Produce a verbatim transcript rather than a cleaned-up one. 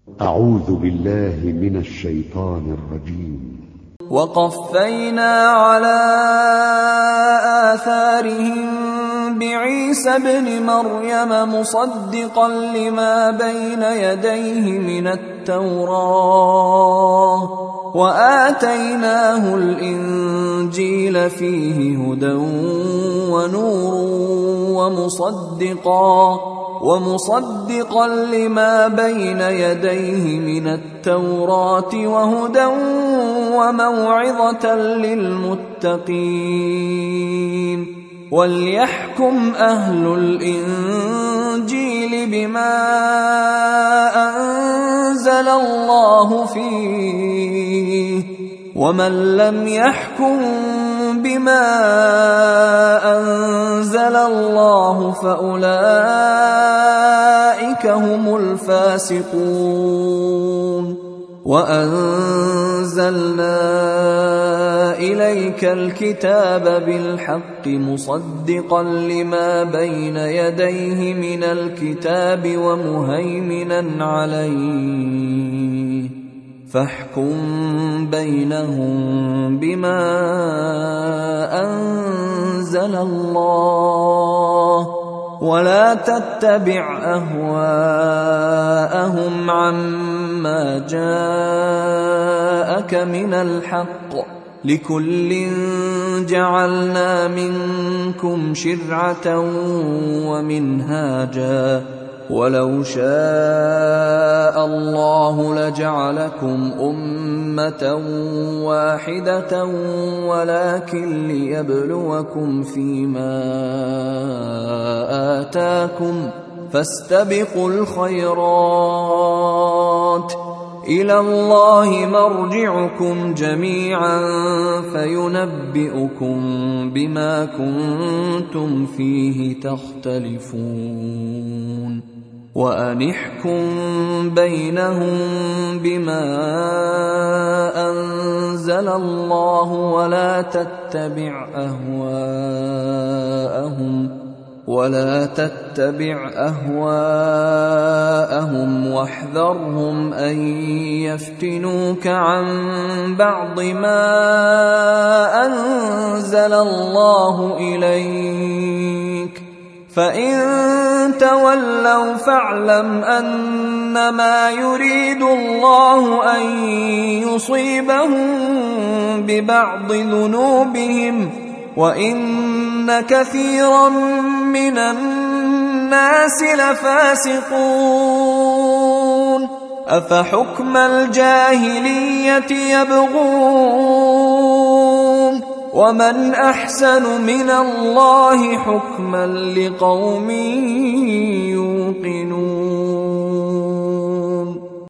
أعوذ بالله من الشيطان الرجيم. وقفينا على آثارهم بعيسى ابن مريم مصدقا لما بين يديه من التوراة وآتيناه الإنجيل فيه هدى ونور ومصدقا ومصدقا لما بين يديه من التوراة وهدى وموعظة للمتقين. وليحكم أهل الإنجيل بما أنزل الله فيه، ومن لم يحكم بما أنزل الله فأولئك هم الفاسقون. وأنزلنا إليك الكتاب بالحق مصدقا لما بين يديه من الكتاب ومهيمنا عليه، فاحكم بينهم بما أنزل الله ولا تتبع أهواءهم عما جاءك من الحق، لكل جعلنا منكم شرعة ومنهاجا، ولو شاء الله لجعلكم أمة واحدة ولكن ليبلوكم فيما آتاكم، فاستبقوا الخيرات، إلى الله مرجعكم جميعا فينبئكم بما كنتم فيه تختلفون. وأن احكم بينهم بما أنزل الله ولا تتبع أهواءهم ولا تتبع أهواءهم واحذرهم أن يفتنوك عن بعض ما أنزل الله إليك، فإن تولوا فاعلم أنما يريد الله أن يصيبهم ببعض ذنوبهم، وإن كثيرا من الناس لفاسقون. أفحكم الجاهلية يبغون ومن أحسن من الله حكما لقوم